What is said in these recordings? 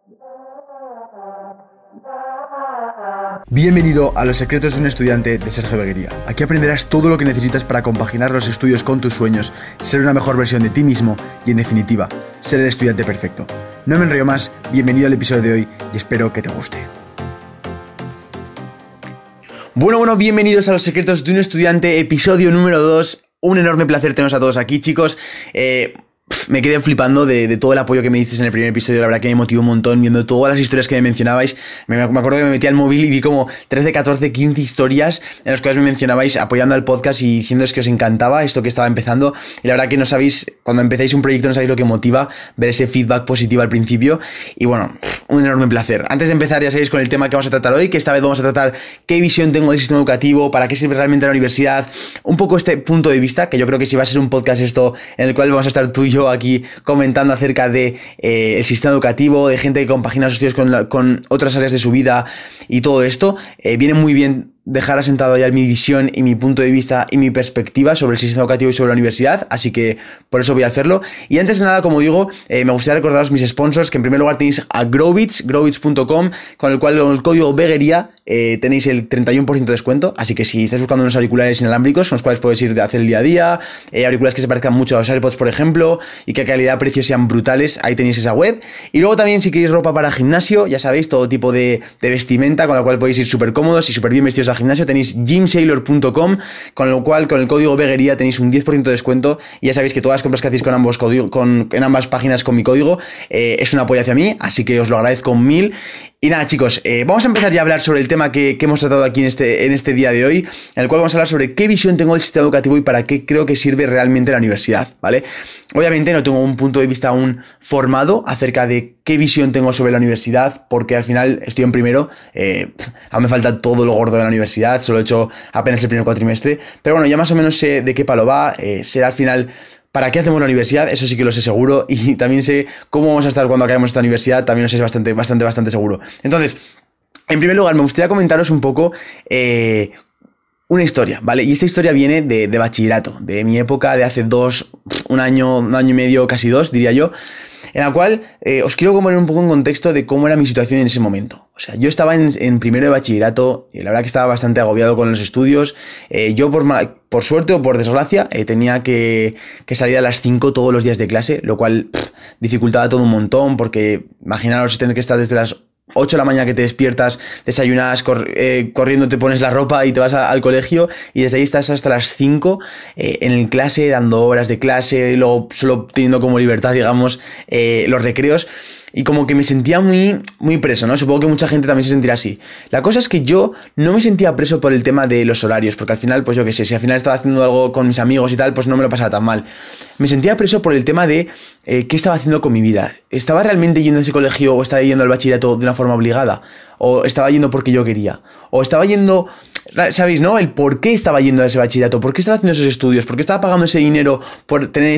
Bienvenido a Los secretos de un estudiante de Sergio Beguería. Aquí aprenderás todo lo que necesitas para compaginar los estudios con tus sueños, ser una mejor versión de ti mismo y, en definitiva, ser el estudiante perfecto. No me enrollo más, bienvenido al episodio de hoy y espero que te guste. Bueno, bienvenidos a Los secretos de un estudiante, episodio número 2. Un enorme placer teneros a todos aquí, chicos. Me quedé flipando de todo el apoyo que me disteis en el primer episodio. La verdad que me motivó un montón viendo todas las historias que me mencionabais. Me acuerdo que me metí al móvil y vi como 13, 14, 15 historias en las cuales me mencionabais apoyando al podcast y diciéndoos que os encantaba esto que estaba empezando. Y la verdad que no sabéis, cuando empezáis un proyecto no sabéis lo que motiva ver ese feedback positivo al principio. Y bueno, un enorme placer. Antes de empezar, ya sabéis con el tema que vamos a tratar hoy, que esta vez vamos a tratar qué visión tengo del sistema educativo, para qué sirve realmente la universidad, un poco este punto de vista, que yo creo que si va a ser un podcast esto en el cual vamos a estar tú y yo aquí comentando acerca de el sistema educativo, de gente que compagina los estudios con otras áreas de su vida y todo esto, viene muy bien dejar asentado ya mi visión y mi punto de vista y mi perspectiva sobre el sistema educativo y sobre la universidad, así que por eso voy a hacerlo. Y antes de nada, como digo, me gustaría recordaros mis sponsors, que en primer lugar tenéis a Growbits, growbits.com, con el cual con el código Beguería tenéis el 31% de descuento, así que si estáis buscando unos auriculares inalámbricos con los cuales podéis ir a hacer el día a día, auriculares que se parezcan mucho a los AirPods, por ejemplo, y que a calidad-precio sean brutales, ahí tenéis esa web. Y luego también si queréis ropa para gimnasio, ya sabéis, todo tipo de vestimenta con la cual podéis ir súper cómodos y súper bien vestidos al gimnasio, tenéis gymsailor.com, con lo cual con el código Beguería tenéis un 10% de descuento, y ya sabéis que todas las compras que hacéis con ambos códigos, en ambas páginas con mi código, es un apoyo hacia mí, así que os lo agradezco 1000. Y nada, chicos, vamos a empezar ya a hablar sobre el tema que hemos tratado aquí en este día de hoy, en el cual vamos a hablar sobre qué visión tengo del sistema educativo y para qué creo que sirve realmente la universidad, ¿vale? Obviamente no tengo un punto de vista aún formado acerca de qué visión tengo sobre la universidad, porque al final estoy en primero, aún me falta todo lo gordo de la universidad, solo he hecho apenas el primer cuatrimestre, pero bueno, ya más o menos sé de qué palo va, será al final ¿para qué hacemos la universidad? Eso sí que lo sé seguro, y también sé cómo vamos a estar cuando acabemos esta universidad, también lo sé bastante seguro. Entonces, en primer lugar, me gustaría comentaros un poco una historia, ¿vale? Y esta historia viene de bachillerato, de mi época de hace un año y medio, casi 2, diría yo, en la cual os quiero poner un poco en contexto de cómo era mi situación en ese momento. O sea, yo estaba en primero de bachillerato y la verdad que estaba bastante agobiado con los estudios. Yo por suerte o por desgracia tenía que salir a las 5 todos los días de clase, lo cual dificultaba todo un montón, porque imaginaros tener que estar desde las 8 de la mañana que te despiertas, desayunas, corriendo te pones la ropa y te vas al colegio, y desde ahí estás hasta las 5 en el clase, dando horas de clase, luego solo teniendo como libertad, digamos, los recreos. Y como que me sentía muy preso, ¿no? Supongo que mucha gente también se sentirá así. La cosa es que yo no me sentía preso por el tema de los horarios, porque al final, pues yo qué sé, si al final estaba haciendo algo con mis amigos y tal, pues no me lo pasaba tan mal. Me sentía preso por el tema de qué estaba haciendo con mi vida. ¿Estaba realmente yendo a ese colegio o estaba yendo al bachillerato de una forma obligada? ¿O estaba yendo porque yo quería? ¿O estaba yendo, sabéis, no? El por qué estaba yendo a ese bachillerato, por qué estaba haciendo esos estudios, por qué estaba pagando ese dinero por tener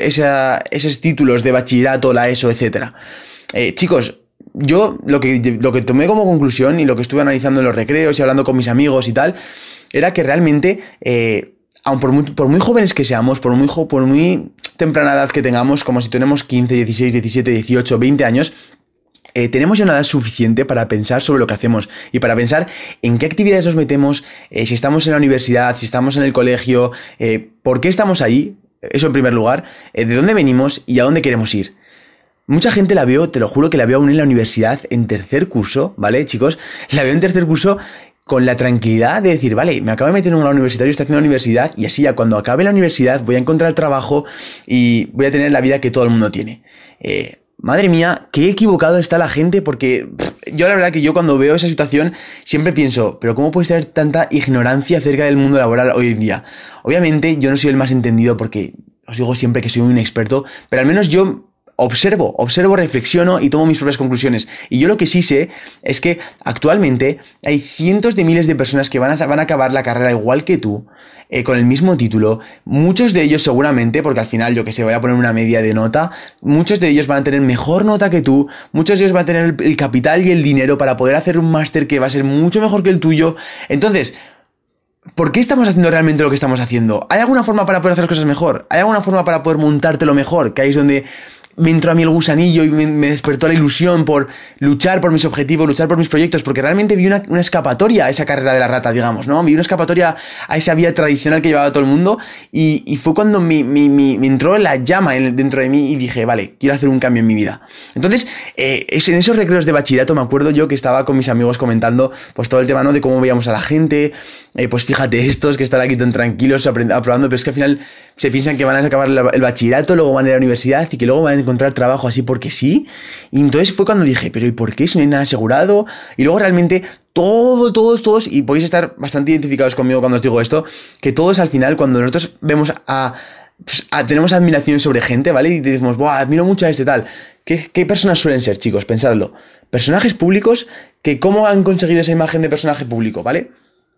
esos títulos de bachillerato, la ESO, etcétera? Chicos, yo lo que tomé como conclusión y lo que estuve analizando en los recreos y hablando con mis amigos y tal, era que realmente, aun por muy jóvenes que seamos, por muy temprana edad que tengamos, como si tenemos 15, 16, 17, 18, 20 años, tenemos ya una edad suficiente para pensar sobre lo que hacemos y para pensar en qué actividades nos metemos, si estamos en la universidad, si estamos en el colegio, por qué estamos ahí, eso en primer lugar, de dónde venimos y a dónde queremos ir. Mucha gente la veo, te lo juro que la veo aún en la universidad, en tercer curso, ¿vale, chicos? La veo en tercer curso con la tranquilidad de decir, vale, me acabo de meter en una universitaria, estoy haciendo la universidad, y así ya cuando acabe la universidad voy a encontrar trabajo y voy a tener la vida que todo el mundo tiene. Madre mía, qué equivocado está la gente, porque yo la verdad que yo cuando veo esa situación siempre pienso, pero ¿cómo puede tener tanta ignorancia acerca del mundo laboral hoy en día? Obviamente yo no soy el más entendido porque os digo siempre que soy un inexperto, pero al menos yo observo, reflexiono y tomo mis propias conclusiones. Y yo lo que sí sé es que actualmente hay cientos de miles de personas que van a acabar la carrera igual que tú, con el mismo título. Muchos de ellos seguramente, porque al final, yo que sé, voy a poner una media de nota, muchos de ellos van a tener mejor nota que tú, muchos de ellos van a tener el capital y el dinero para poder hacer un máster que va a ser mucho mejor que el tuyo. Entonces, ¿por qué estamos haciendo realmente lo que estamos haciendo? ¿Hay alguna forma para poder hacer las cosas mejor? ¿Hay alguna forma para poder montártelo mejor? Que ahí es donde me entró a mí el gusanillo y me despertó la ilusión por luchar por mis objetivos, luchar por mis proyectos, porque realmente vi una escapatoria a esa carrera de la rata, digamos, ¿no? Vi una escapatoria a esa vía tradicional que llevaba todo el mundo y fue cuando me entró la llama dentro de mí y dije, vale, quiero hacer un cambio en mi vida. Entonces, en esos recreos de bachillerato me acuerdo yo que estaba con mis amigos comentando pues todo el tema, ¿no? De cómo veíamos a la gente, pues fíjate estos que están aquí tan tranquilos aprobando, pero es que al final se piensan que van a acabar el bachillerato, luego van a ir a la universidad y que luego van a encontrar trabajo así porque sí. Y entonces fue cuando dije, pero ¿y por qué si no hay nada asegurado? Y luego realmente todos, y podéis estar bastante identificados conmigo cuando os digo esto, que todos al final cuando nosotros vemos tenemos admiración sobre gente, ¿vale? Y decimos, ¡buah! Admiro mucho a este tal. ¿Qué personas suelen ser, chicos? Pensadlo. Personajes públicos que cómo han conseguido esa imagen de personaje público, ¿vale?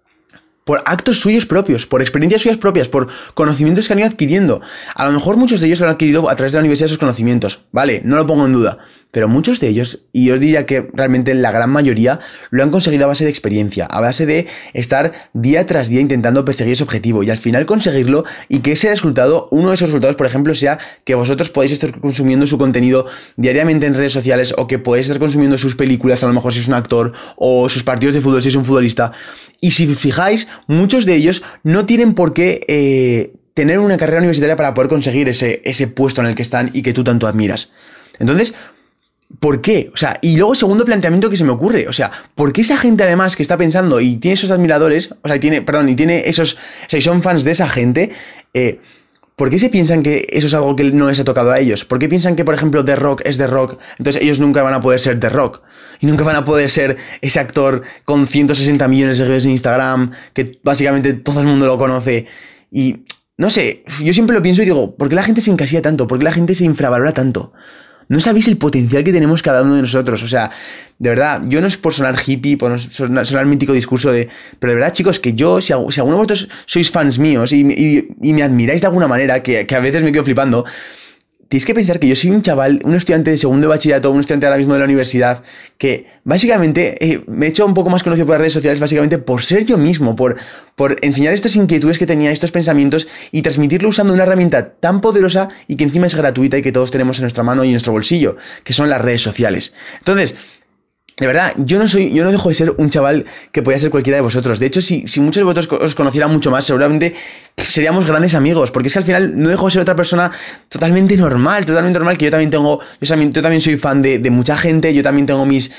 Por actos suyos propios, por experiencias suyas propias, por conocimientos que han ido adquiriendo. A lo mejor muchos de ellos lo han adquirido a través de la universidad esos conocimientos, vale, no lo pongo en duda, pero muchos de ellos, y yo diría que realmente la gran mayoría, lo han conseguido a base de experiencia, a base de estar día tras día intentando perseguir ese objetivo y al final conseguirlo y que ese resultado, uno de esos resultados, por ejemplo, sea que vosotros podáis estar consumiendo su contenido diariamente en redes sociales o que podáis estar consumiendo sus películas, a lo mejor si es un actor, o sus partidos de fútbol si es un futbolista. Y si fijáis, muchos de ellos no tienen por qué tener una carrera universitaria para poder conseguir ese puesto en el que están y que tú tanto admiras. Entonces, ¿por qué? O sea, y luego segundo planteamiento que se me ocurre, o sea, ¿por qué esa gente además que está pensando y tiene esos admiradores, o sea, y tiene esos, o sea, y son fans de esa gente, ¿por qué se piensan que eso es algo que no les ha tocado a ellos? ¿Por qué piensan que, por ejemplo, The Rock es The Rock? Entonces ellos nunca van a poder ser The Rock. Y nunca van a poder ser ese actor con 160 millones de seguidores en Instagram, que básicamente todo el mundo lo conoce. Y, no sé, yo siempre lo pienso y digo, ¿por qué la gente se encasilla tanto? ¿Por qué la gente se infravalora tanto? No sabéis el potencial que tenemos cada uno de nosotros. O sea, de verdad, yo no es por sonar hippie, por sonar mítico discurso de... Pero de verdad, chicos, que yo, si alguno de vosotros sois fans míos y me admiráis de alguna manera, que a veces me quedo flipando, tenéis que pensar que yo soy un chaval, un estudiante de segundo de bachillerato, un estudiante ahora mismo de la universidad, que básicamente me he hecho un poco más conocido por las redes sociales básicamente por ser yo mismo, por enseñar estas inquietudes que tenía, estos pensamientos y transmitirlo usando una herramienta tan poderosa y que encima es gratuita y que todos tenemos en nuestra mano y en nuestro bolsillo, que son las redes sociales. Entonces, de verdad, yo no dejo de ser un chaval que podía ser cualquiera de vosotros. De hecho, si muchos de vosotros os conocieran mucho más, seguramente seríamos grandes amigos. Porque es que al final no dejo de ser otra persona totalmente normal, que yo también soy fan de mucha gente, yo también tengo mis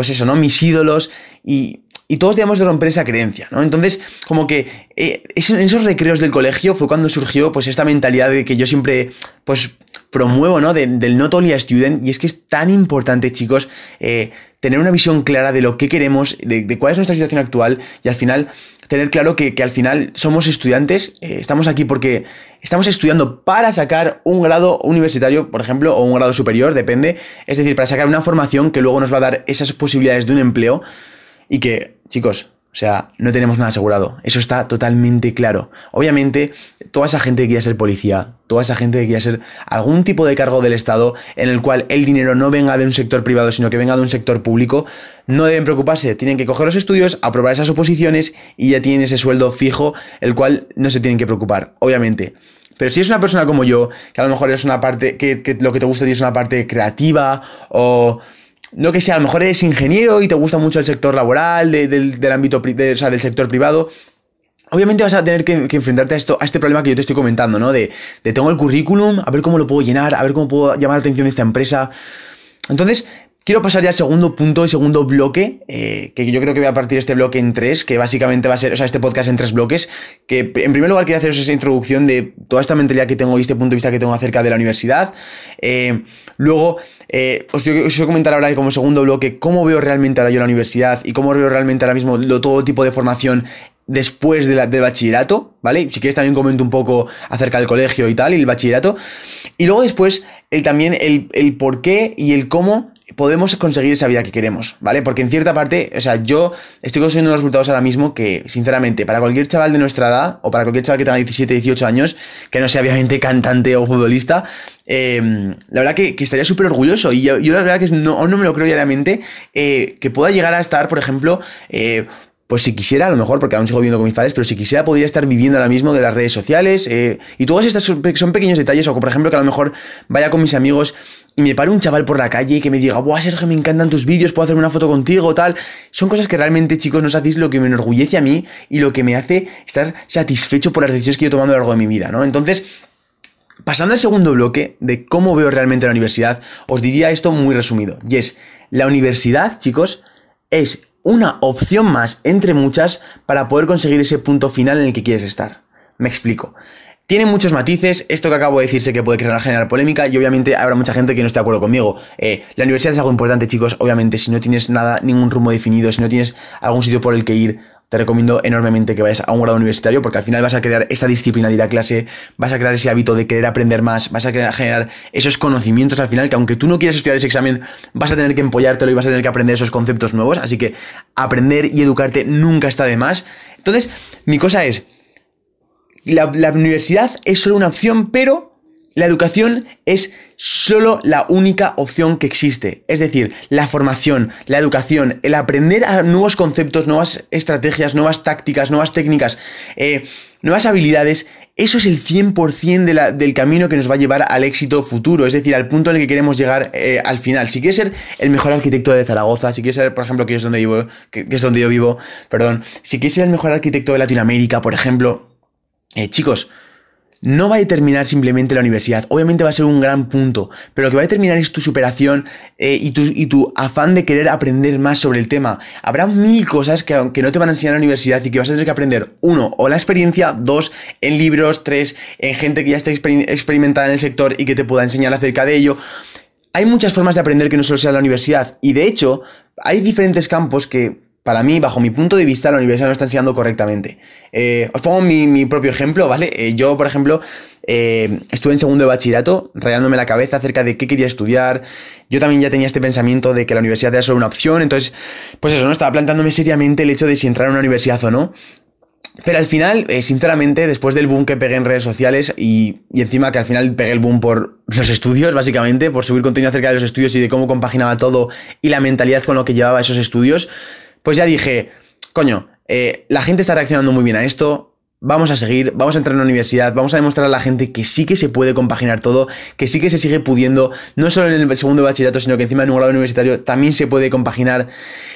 ídolos y todos debemos de romper esa creencia, ¿no? Entonces, como que en esos recreos del colegio fue cuando surgió pues esta mentalidad de que yo siempre pues promuevo, ¿no? Del not only a student, y es que es tan importante, chicos, tener una visión clara de lo que queremos, de cuál es nuestra situación actual y al final tener claro que al final somos estudiantes, estamos aquí porque estamos estudiando para sacar un grado universitario, por ejemplo, o un grado superior, depende, es decir, para sacar una formación que luego nos va a dar esas posibilidades de un empleo. Y que, chicos, o sea, no tenemos nada asegurado. Eso está totalmente claro. Obviamente, toda esa gente que quiera ser policía, toda esa gente que quiera ser algún tipo de cargo del Estado en el cual el dinero no venga de un sector privado, sino que venga de un sector público, no deben preocuparse. Tienen que coger los estudios, aprobar esas oposiciones y ya tienen ese sueldo fijo, el cual no se tienen que preocupar, obviamente. Pero si es una persona como yo, que a lo mejor es una parte, que lo que te gusta a ti es una parte creativa o... No que sea, a lo mejor eres ingeniero y te gusta mucho el sector laboral, del ámbito, del sector privado. Obviamente vas a tener que enfrentarte a este problema que yo te estoy comentando, ¿no? De tengo el currículum, a ver cómo lo puedo llenar, a ver cómo puedo llamar la atención de esta empresa. Entonces, quiero pasar ya al segundo punto y segundo bloque, que yo creo que voy a partir este bloque en 3, que básicamente va a ser, o sea, este podcast en 3 bloques, que en primer lugar quiero haceros esa introducción de toda esta mentalidad que tengo y este punto de vista que tengo acerca de la universidad. Luego, os voy a comentar ahora como segundo bloque cómo veo realmente ahora yo la universidad y cómo veo realmente ahora mismo todo tipo de formación después del bachillerato, ¿vale? Si quieres también comento un poco acerca del colegio y tal, y el bachillerato. Y luego después también el por qué y el cómo podemos conseguir esa vida que queremos, ¿vale? Porque en cierta parte, o sea, yo estoy consiguiendo unos resultados ahora mismo que, sinceramente, para cualquier chaval de nuestra edad, o para cualquier chaval que tenga 17, 18 años, que no sea obviamente cantante o futbolista, la verdad que estaría súper orgulloso. Y yo la verdad que aún no me lo creo diariamente, que pueda llegar a estar, por ejemplo, pues si quisiera, a lo mejor, porque aún sigo viviendo con mis padres, pero si quisiera podría estar viviendo ahora mismo de las redes sociales, y todas estas son pequeños detalles, o por ejemplo que a lo mejor vaya con mis amigos y me pare un chaval por la calle que me diga, buah, Sergio, me encantan tus vídeos, puedo hacerme una foto contigo, tal. Son cosas que realmente, chicos, no hacéis lo que me enorgullece a mí y lo que me hace estar satisfecho por las decisiones que yo he tomado a lo largo de mi vida, ¿no? Entonces, pasando al segundo bloque de cómo veo realmente la universidad, os diría esto muy resumido. Y es, la universidad, chicos, es una opción más entre muchas para poder conseguir ese punto final en el que quieres estar. Me explico. Tiene muchos matices, esto que acabo de decir sé que puede generar polémica y obviamente habrá mucha gente que no esté de acuerdo conmigo. La universidad es algo importante, chicos, obviamente si no tienes ningún rumbo definido, si no tienes algún sitio por el que ir, te recomiendo enormemente que vayas a un grado universitario porque al final vas a crear esa disciplina de ir a clase, vas a crear ese hábito de querer aprender más, vas a generar esos conocimientos al final que aunque tú no quieras estudiar ese examen, vas a tener que empollártelo y vas a tener que aprender esos conceptos nuevos, así que aprender y educarte nunca está de más. Entonces, mi cosa es, la universidad es solo una opción, pero la educación es solo la única opción que existe. Es decir, la formación, la educación, el aprender a nuevos conceptos, nuevas estrategias, nuevas tácticas, nuevas técnicas, nuevas habilidades, eso es el 100% del camino que nos va a llevar al éxito futuro, es decir, al punto en el que queremos llegar al final. Si quieres ser el mejor arquitecto de Zaragoza, si quieres ser, por ejemplo, que es donde yo vivo, si quieres ser el mejor arquitecto de Latinoamérica, por ejemplo, chicos, no va a determinar simplemente la universidad, obviamente va a ser un gran punto, pero lo que va a determinar es tu superación y tu afán de querer aprender más sobre el tema. Habrá 1000 cosas que no te van a enseñar en la universidad y que vas a tener que aprender, 1, o la experiencia, 2, en libros, 3, en gente que ya está experimentada en el sector y que te pueda enseñar acerca de ello. Hay muchas formas de aprender que no solo sea la universidad y de hecho hay diferentes campos que para mí, bajo mi punto de vista, la universidad no está enseñando correctamente. Os pongo mi propio ejemplo, ¿vale? Yo, por ejemplo, estuve en segundo de bachillerato, rayándome la cabeza acerca de qué quería estudiar. Yo también ya tenía este pensamiento de que la universidad era solo una opción, entonces, pues eso, ¿no? Estaba planteándome seriamente el hecho de si entrar a una universidad o no. Pero al final, sinceramente, después del boom que pegué en redes sociales y encima que al final pegué el boom por los estudios, básicamente, por subir contenido acerca de los estudios y de cómo compaginaba todo y la mentalidad con lo que llevaba esos estudios, pues ya dije, coño, la gente está reaccionando muy bien a esto, vamos a seguir, vamos a entrar en la universidad, vamos a demostrar a la gente que sí que se puede compaginar todo, que sí que se sigue pudiendo, no solo en el segundo de bachillerato, sino que encima en un grado universitario también se puede compaginar.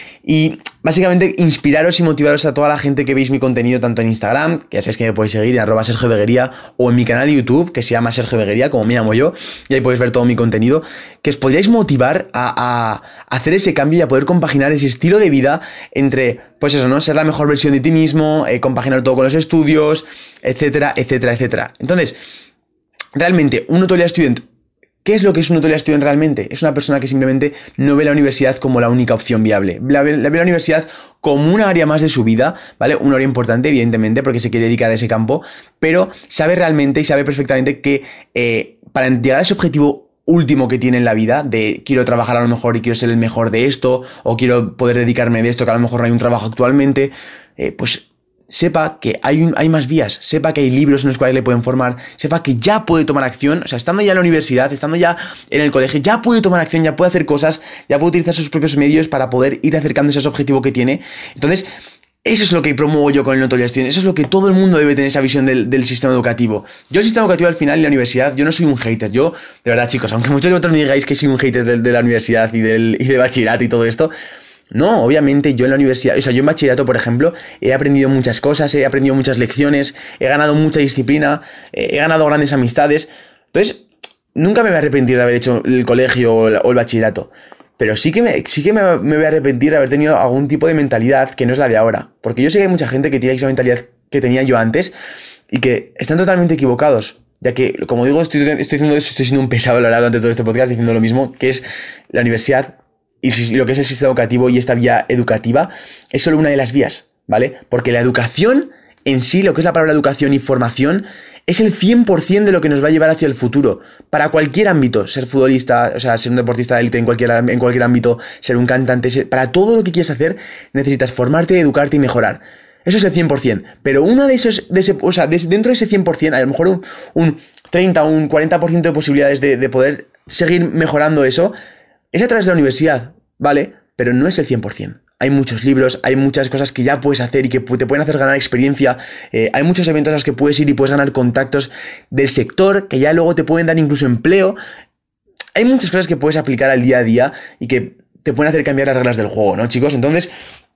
Y básicamente inspiraros y motivaros a toda la gente que veis mi contenido tanto en Instagram, que ya sabéis que me podéis seguir en @SergioVeguería, o en mi canal de YouTube, que se llama Sergio Veguería, como me llamo yo, y ahí podéis ver todo mi contenido, que os podríais motivar a hacer ese cambio y a poder compaginar ese estilo de vida entre, pues eso, ¿no? Ser la mejor versión de ti mismo, compaginar todo con los estudios, etcétera, etcétera, etcétera. Entonces, realmente, un Notorious Student, ¿qué es lo que es un Notorious Student realmente? Es una persona que simplemente no ve la universidad como la única opción viable. Ve la universidad como una área más de su vida, ¿vale? Un área importante, evidentemente, porque se quiere dedicar a ese campo, pero sabe realmente y sabe perfectamente que para llegar a ese objetivo último que tiene en la vida, de quiero trabajar a lo mejor y quiero ser el mejor de esto, o quiero poder dedicarme de esto, que a lo mejor no hay un trabajo actualmente, pues sepa que hay más vías, sepa que hay libros en los cuales le pueden formar, sepa que ya puede tomar acción, o sea, estando ya en la universidad, estando ya en el colegio, ya puede tomar acción, ya puede hacer cosas, ya puede utilizar sus propios medios para poder ir acercándose a ese objetivo que tiene. Entonces, eso es lo que promuevo yo con el Notorious Student, eso es lo que todo el mundo debe tener, esa visión del sistema educativo. Yo el sistema educativo al final y la universidad, yo no soy un hater, yo, de verdad chicos, aunque muchos de vosotros me digáis que soy un hater de la universidad y de bachillerato y todo esto, no, obviamente yo en la universidad, o sea, yo en bachillerato, por ejemplo, he aprendido muchas cosas, he aprendido muchas lecciones, he ganado mucha disciplina, he ganado grandes amistades. Entonces, nunca me voy a arrepentir de haber hecho el colegio o el bachillerato. Pero sí que me voy a arrepentir de haber tenido algún tipo de mentalidad que no es la de ahora. Porque yo sé que hay mucha gente que tiene esa mentalidad que tenía yo antes y que están totalmente equivocados. Ya que, como digo, estoy siendo un pesado, la verdad, durante todo este podcast diciendo lo mismo, que es la universidad y lo que es el sistema educativo y esta vía educativa es solo una de las vías, ¿vale? Porque la educación en sí, lo que es la palabra educación y formación, es el 100% de lo que nos va a llevar hacia el futuro. Para cualquier ámbito, ser futbolista, o sea, ser un deportista de élite en cualquier ámbito, ser un cantante, para todo lo que quieras hacer, necesitas formarte, educarte y mejorar. Eso es el 100%. Pero uno de esos, dentro de ese 100%, a lo mejor un 30 o un 40% de posibilidades de poder seguir mejorando eso, es a través de la universidad, ¿vale? Pero no es el 100%. Hay muchos libros, hay muchas cosas que ya puedes hacer y que te pueden hacer ganar experiencia. Hay muchos eventos a los que puedes ir y puedes ganar contactos del sector que ya luego te pueden dar incluso empleo. hay muchas cosas que puedes aplicar al día a día y que te pueden hacer cambiar las reglas del juego, ¿no, chicos? Entonces,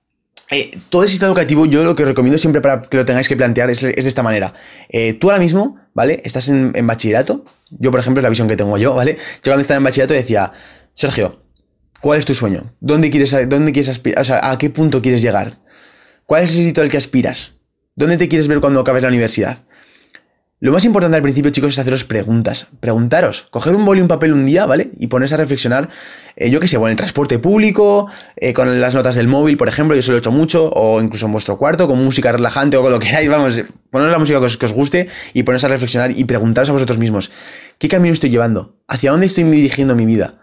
todo el sistema educativo, yo lo que os recomiendo siempre para que lo tengáis que plantear es de esta manera. Tú ahora mismo, ¿vale? Estás en bachillerato. Yo, por ejemplo, es la visión que tengo yo, ¿vale? Yo cuando estaba en bachillerato decía, Sergio, ¿cuál es tu sueño? ¿Dónde quieres aspirar? O sea, ¿a qué punto quieres llegar? ¿Cuál es el sitio al que aspiras? ¿Dónde te quieres ver cuando acabes la universidad? Lo más importante al principio, chicos, es haceros preguntas. Preguntaros. Coged un boli y un papel un día, ¿vale? Y poneros a reflexionar, yo qué sé, en el transporte público, con las notas del móvil, por ejemplo, yo se lo he hecho mucho, o incluso en vuestro cuarto, con música relajante o con lo que queráis, vamos, poneros la música que os guste y poneros a reflexionar y preguntaros a vosotros mismos, ¿qué camino estoy llevando? ¿Hacia dónde estoy dirigiendo mi vida?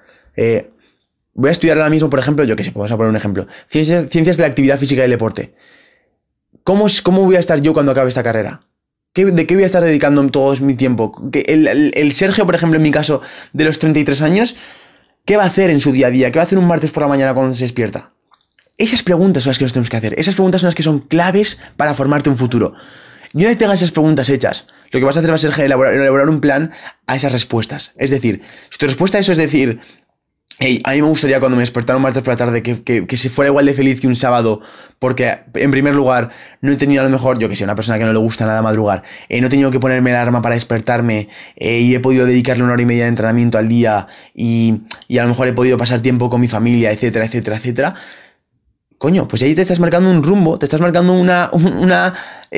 Voy a estudiar ahora mismo, por ejemplo, yo qué sé, vamos a poner un ejemplo, ciencias de la actividad física y el deporte. ¿Cómo voy a estar yo cuando acabe esta carrera? ¿De qué voy a estar dedicando todo mi tiempo? El Sergio, por ejemplo, en mi caso, de los 33 años, ¿qué va a hacer en su día a día? ¿Qué va a hacer un martes por la mañana cuando se despierta? Esas preguntas son las que nos tenemos que hacer. Esas preguntas son las que son claves para formarte un futuro. Y una vez tengas esas preguntas hechas, lo que vas a hacer va a ser elaborar un plan a esas respuestas. Es decir, si tu respuesta a eso es decir, hey, a mí me gustaría cuando me despertara un martes por la tarde que se fuera igual de feliz que un sábado, porque en primer lugar no he tenido a lo mejor, yo que sé, una persona que no le gusta nada madrugar, no he tenido que ponerme la alarma para despertarme y he podido dedicarle 1 hora y media de entrenamiento al día y a lo mejor he podido pasar tiempo con mi familia, etcétera, etcétera, etcétera. Coño, pues ahí te estás marcando un rumbo, te estás marcando una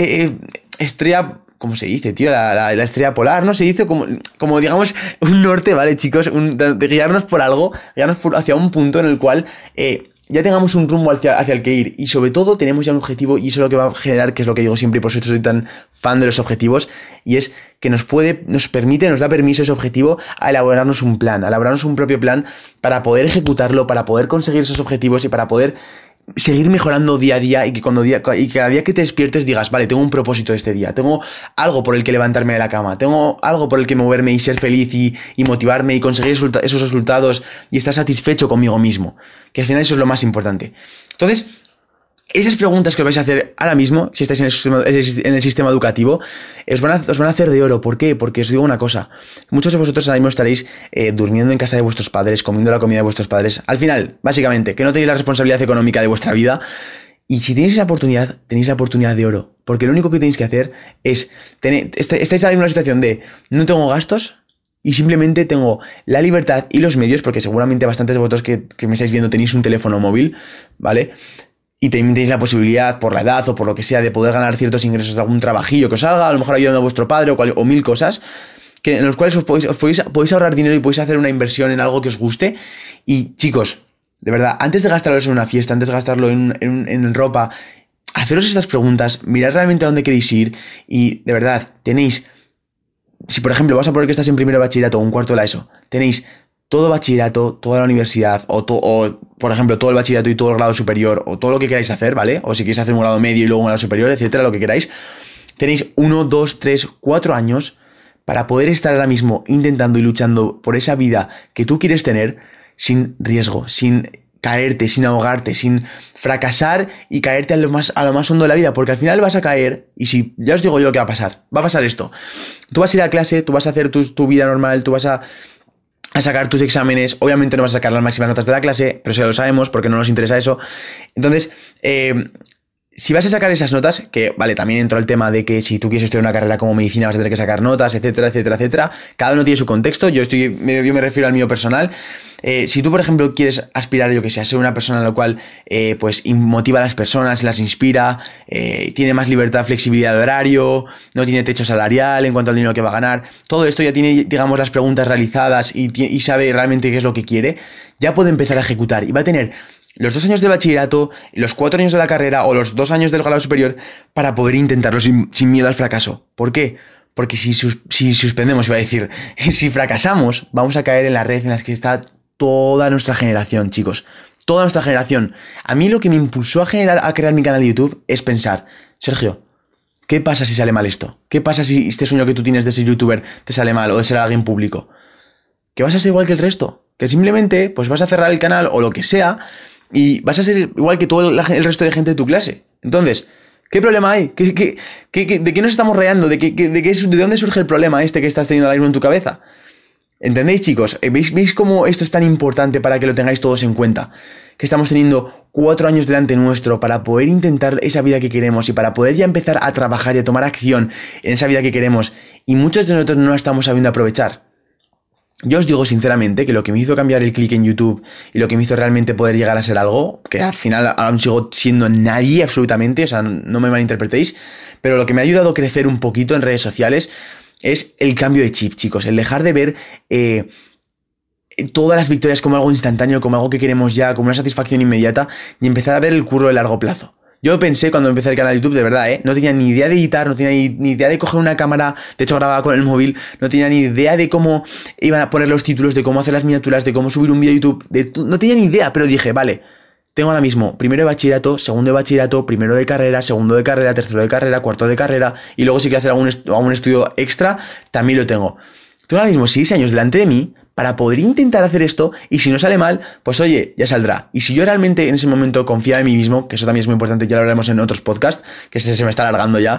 estrella. ¿Cómo se dice, tío? La estrella polar, ¿no? Se dice como digamos, un norte, ¿vale, chicos? De guiarnos por algo, guiarnos hacia un punto en el cual ya tengamos un rumbo hacia el que ir. Y sobre todo tenemos ya un objetivo y eso es lo que va a generar, que es lo que digo siempre y por eso soy tan fan de los objetivos, y es que nos da permiso ese objetivo a elaborarnos un plan, a elaborarnos un propio plan para poder ejecutarlo, para poder conseguir esos objetivos y para poder seguir mejorando día a día y que cada día que te despiertes digas, vale, tengo un propósito de este día, tengo algo por el que levantarme de la cama, tengo algo por el que moverme y ser feliz y motivarme y conseguir esos resultados y estar satisfecho conmigo mismo, que al final eso es lo más importante. Entonces, esas preguntas que os vais a hacer ahora mismo, si estáis en el sistema educativo, os van a hacer de oro. ¿Por qué? Porque os digo una cosa. Muchos de vosotros ahora mismo estaréis durmiendo en casa de vuestros padres, comiendo la comida de vuestros padres. Al final, básicamente, que no tenéis la responsabilidad económica de vuestra vida. Y si tenéis esa oportunidad, tenéis la oportunidad de oro. Porque lo único que tenéis que hacer es... estáis ahora mismo en una situación de no tengo gastos y simplemente tengo la libertad y los medios, porque seguramente bastantes de vosotros que me estáis viendo tenéis un teléfono móvil, ¿vale? Y también tenéis la posibilidad, por la edad o por lo que sea, de poder ganar ciertos ingresos de algún trabajillo que os salga, a lo mejor ayudando a vuestro padre o mil cosas, en los cuales podéis ahorrar dinero y podéis hacer una inversión en algo que os guste. Y chicos, de verdad, antes de gastarlo en una fiesta, antes de gastarlo en ropa, haceros estas preguntas, mirad realmente a dónde queréis ir y de verdad, tenéis, si por ejemplo vas a poner que estás en primero de bachillerato o un cuarto de la ESO, tenéis todo bachillerato, toda la universidad, o por ejemplo todo el bachillerato y todo el grado superior, o todo lo que queráis hacer, ¿vale? O si queréis hacer un grado medio y luego un grado superior, etcétera, lo que queráis. Tenéis 1, 2, 3, 4 años para poder estar ahora mismo intentando y luchando por esa vida que tú quieres tener sin riesgo, sin caerte, sin ahogarte, sin fracasar y caerte a lo más hondo de la vida, porque al final vas a caer y si, ya os digo yo lo que va a pasar esto. Tú vas a ir a clase, tú vas a hacer tu vida normal, tú vas a sacar tus exámenes, obviamente no vas a sacar las máximas notas de la clase, pero eso ya lo sabemos porque no nos interesa eso. Entonces, si vas a sacar esas notas, que vale, también entró el tema de que si tú quieres estudiar una carrera como medicina vas a tener que sacar notas, etcétera, etcétera, etcétera. Cada uno tiene su contexto, yo me refiero al mío personal. Si tú, por ejemplo, quieres aspirar, yo que sé, a ser una persona a la cual pues motiva a las personas, las inspira, tiene más libertad, flexibilidad de horario, no tiene techo salarial en cuanto al dinero que va a ganar, todo esto ya tiene, digamos, las preguntas realizadas y sabe realmente qué es lo que quiere, ya puede empezar a ejecutar y va a tener los 2 años de bachillerato, los 4 años de la carrera o los 2 años del grado superior para poder intentarlo sin miedo al fracaso. ¿Por qué? Porque si suspendemos, iba a decir, si fracasamos, vamos a caer en la red en la que está toda nuestra generación, chicos. Toda nuestra generación. A mí lo que me impulsó a crear mi canal de YouTube es pensar, Sergio, ¿qué pasa si sale mal esto? ¿Qué pasa si este sueño que tú tienes de ser youtuber te sale mal o de ser alguien público? ¿Que vas a ser igual que el resto? Que simplemente pues vas a cerrar el canal o lo que sea y vas a ser igual que todo el resto de gente de tu clase. Entonces, ¿qué problema hay? ¿De qué nos estamos rayando? ¿De dónde surge el problema este que estás teniendo ahora mismo en tu cabeza? ¿Entendéis, chicos? ¿Veis cómo esto es tan importante para que lo tengáis todos en cuenta? Que estamos teniendo 4 años delante nuestro para poder intentar esa vida que queremos y para poder ya empezar a trabajar y a tomar acción en esa vida que queremos, y muchos de nosotros no la estamos sabiendo aprovechar. Yo os digo sinceramente que lo que me hizo cambiar el clic en YouTube y lo que me hizo realmente poder llegar a ser algo, que al final aún sigo siendo nadie absolutamente, o sea, no me malinterpretéis, pero lo que me ha ayudado a crecer un poquito en redes sociales es el cambio de chip, chicos, el dejar de ver todas las victorias como algo instantáneo, como algo que queremos ya, como una satisfacción inmediata, y empezar a ver el curro de largo plazo. Yo pensé cuando empecé el canal de YouTube, de verdad, no tenía ni idea de editar, no tenía ni idea de coger una cámara, de hecho grababa con el móvil, no tenía ni idea de cómo iban a poner los títulos, de cómo hacer las miniaturas, de cómo subir un vídeo a YouTube, no tenía ni idea, pero dije, vale, tengo ahora mismo primero de bachillerato, segundo de bachillerato, primero de carrera, segundo de carrera, tercero de carrera, cuarto de carrera, y luego si quiero hacer algún estudio extra, también lo tengo. Tengo ahora mismo 6 años delante de mí para poder intentar hacer esto, y si no sale mal, pues oye, ya saldrá. Y si yo realmente en ese momento confiaba en mí mismo, que eso también es muy importante, ya lo hablaremos en otros podcasts, que se me está alargando ya,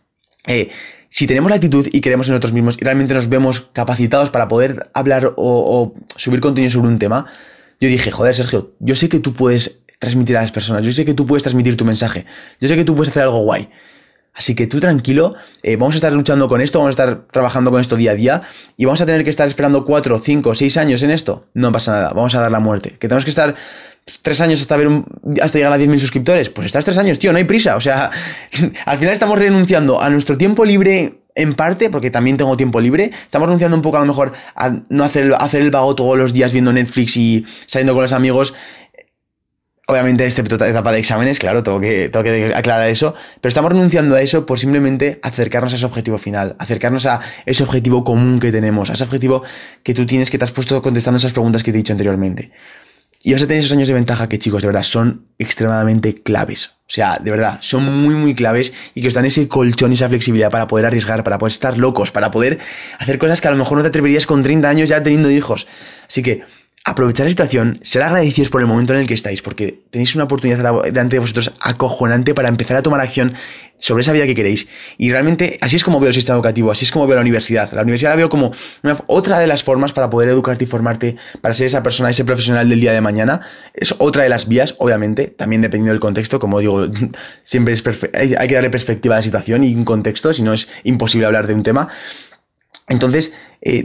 si tenemos la actitud y queremos en nosotros mismos y realmente nos vemos capacitados para poder hablar o subir contenido sobre un tema, yo dije, joder, Sergio, yo sé que tú puedes transmitir a las personas, yo sé que tú puedes transmitir tu mensaje, yo sé que tú puedes hacer algo guay. Así que tú tranquilo, vamos a estar luchando con esto, vamos a estar trabajando con esto día a día, y vamos a tener que estar esperando 4, 5, 6 años en esto. No pasa nada, vamos a dar la muerte. ¿Que tenemos que estar 3 años hasta llegar a 10.000 suscriptores? Pues estás 3 años, tío, no hay prisa. O sea, al final estamos renunciando a nuestro tiempo libre en parte, porque también tengo tiempo libre. Estamos renunciando un poco a lo mejor a no hacer el vago todos los días viendo Netflix y saliendo con los amigos. Obviamente, excepto etapa de exámenes, claro, tengo que aclarar eso, pero estamos renunciando a eso por simplemente acercarnos a ese objetivo final, acercarnos a ese objetivo común que tenemos, a ese objetivo que tú tienes, que te has puesto contestando esas preguntas que te he dicho anteriormente. Y vas a tener esos años de ventaja que, chicos, de verdad, son extremadamente claves. O sea, de verdad, son muy, muy claves, y que os dan ese colchón y esa flexibilidad para poder arriesgar, para poder estar locos, para poder hacer cosas que a lo mejor no te atreverías con 30 años ya teniendo hijos. Así que aprovechar la situación, ser agradecidos por el momento en el que estáis, porque tenéis una oportunidad delante de vosotros acojonante para empezar a tomar acción sobre esa vida que queréis. Y realmente así es como veo el sistema educativo, así es como veo la universidad. La universidad la veo como otra de las formas para poder educarte y formarte, para ser esa persona, ese profesional del día de mañana. Es otra de las vías, obviamente, también dependiendo del contexto. Como digo, siempre hay que darle perspectiva a la situación y un contexto, si no es imposible hablar de un tema. Entonces,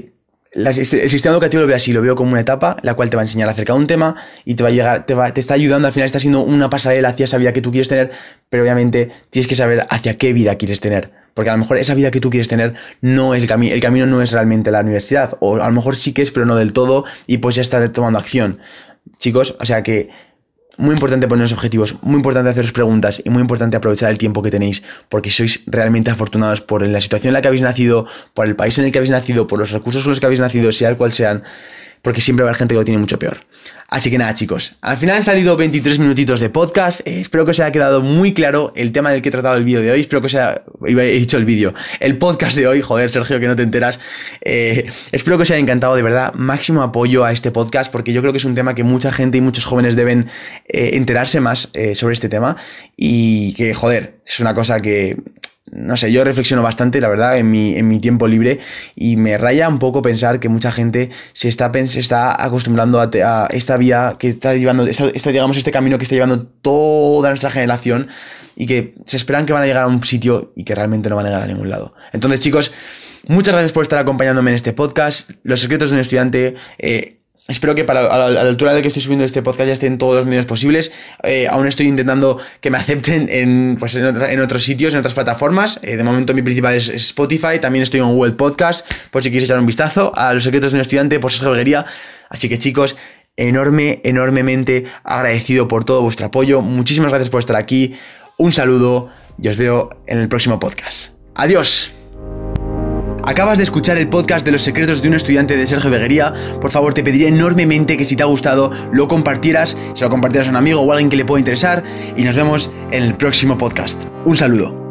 el sistema educativo lo veo así, lo veo como una etapa la cual te va a enseñar acerca de un tema y te está ayudando, al final está siendo una pasarela hacia esa vida que tú quieres tener, pero obviamente tienes que saber hacia qué vida quieres tener, porque a lo mejor esa vida que tú quieres tener no es el camino no es realmente la universidad, o a lo mejor sí que es, pero no del todo, y pues ya estar tomando acción, chicos. O sea que muy importante poneros objetivos, muy importante haceros preguntas y muy importante aprovechar el tiempo que tenéis, porque sois realmente afortunados por la situación en la que habéis nacido, por el país en el que habéis nacido, por los recursos con los que habéis nacido, sea el cual sean, porque siempre va a haber gente que lo tiene mucho peor. Así que nada, chicos, al final han salido 23 minutitos de podcast. Espero que os haya quedado muy claro el tema del que he tratado el vídeo de hoy. Espero que el podcast de hoy. Joder, Sergio, que no te enteras. Espero que os haya encantado, de verdad. Máximo apoyo a este podcast, porque yo creo que es un tema que mucha gente y muchos jóvenes deben enterarse más sobre este tema, y que, joder, es una cosa que, no sé, yo reflexiono bastante, la verdad, en mi tiempo libre, y me raya un poco pensar que mucha gente se está acostumbrando a esta vía que está llevando, digamos, este camino que está llevando toda nuestra generación, y que se esperan que van a llegar a un sitio y que realmente no van a llegar a ningún lado. Entonces, chicos, muchas gracias por estar acompañándome en este podcast. Los secretos de un estudiante. Espero que a la altura de que estoy subiendo este podcast ya estén en todos los medios posibles. Aún estoy intentando que me acepten en otros sitios, en otras plataformas. De momento mi principal es Spotify. También estoy en Google Podcast, por si quieres echar un vistazo a Los secretos de un estudiante por Sergio Beguería. Así que, chicos, enormemente agradecido por todo vuestro apoyo. Muchísimas gracias por estar aquí. Un saludo y os veo en el próximo podcast. ¡Adiós! Acabas de escuchar el podcast de Los secretos de un estudiante de Sergio Beguería. Por favor, te pediría enormemente que si te ha gustado lo compartieras, se lo compartieras a un amigo o a alguien que le pueda interesar, y nos vemos en el próximo podcast. Un saludo.